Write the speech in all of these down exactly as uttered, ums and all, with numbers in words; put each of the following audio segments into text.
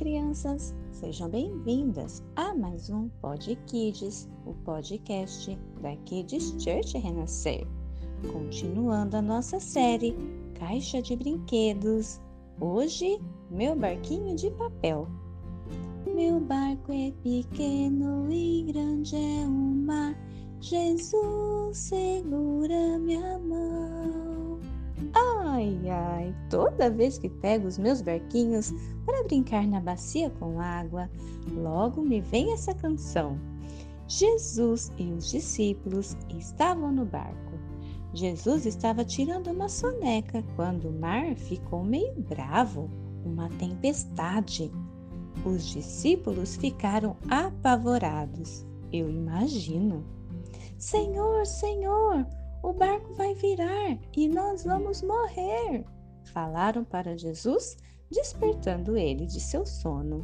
crianças! Sejam bem-vindas a mais um Pod Kids, o podcast da Kids Church Renascer. Continuando a nossa série Caixa de Brinquedos. Hoje, meu barquinho de papel. Meu barco é pequeno e grande é o mar. Jesus, segura minha mão. Ai, ai, toda vez que pego os meus barquinhos para brincar na bacia com água, logo me vem essa canção. Jesus e os discípulos estavam no barco. Jesus estava tirando uma soneca quando o mar ficou meio bravo, uma tempestade. Os discípulos ficaram apavorados, eu imagino. Senhor, Senhor, o barco vai virar e nós vamos morrer, falaram para Jesus, despertando ele de seu sono.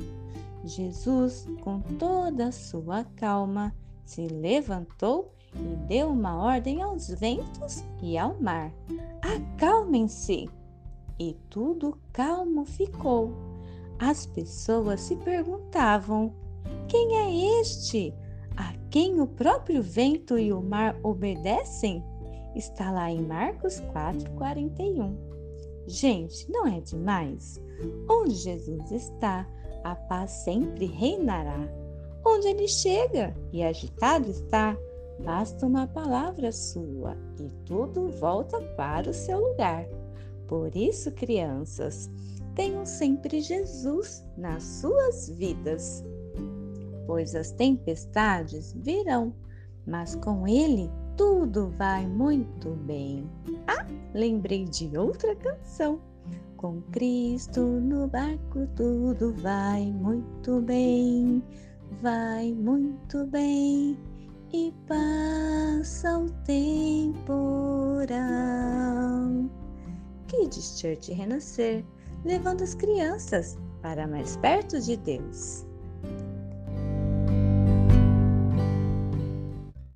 Jesus, com toda a sua calma, se levantou e deu uma ordem aos ventos e ao mar. Acalmem-se! E tudo calmo ficou. As pessoas se perguntavam: quem é este? A quem o próprio vento e o mar obedecem? Está lá em Marcos quatro, quarenta e um. Gente, não é demais? Onde Jesus está, a paz sempre reinará. Onde ele chega e agitado está, basta uma palavra sua e tudo volta para o seu lugar. Por isso, crianças, tenham sempre Jesus nas suas vidas, pois as tempestades virão, mas com ele tudo vai muito bem. Ah, lembrei de outra canção. Com Cristo no barco tudo vai muito bem, vai muito bem e passa o temporal. Kids Church Renascer, levando as crianças para mais perto de Deus.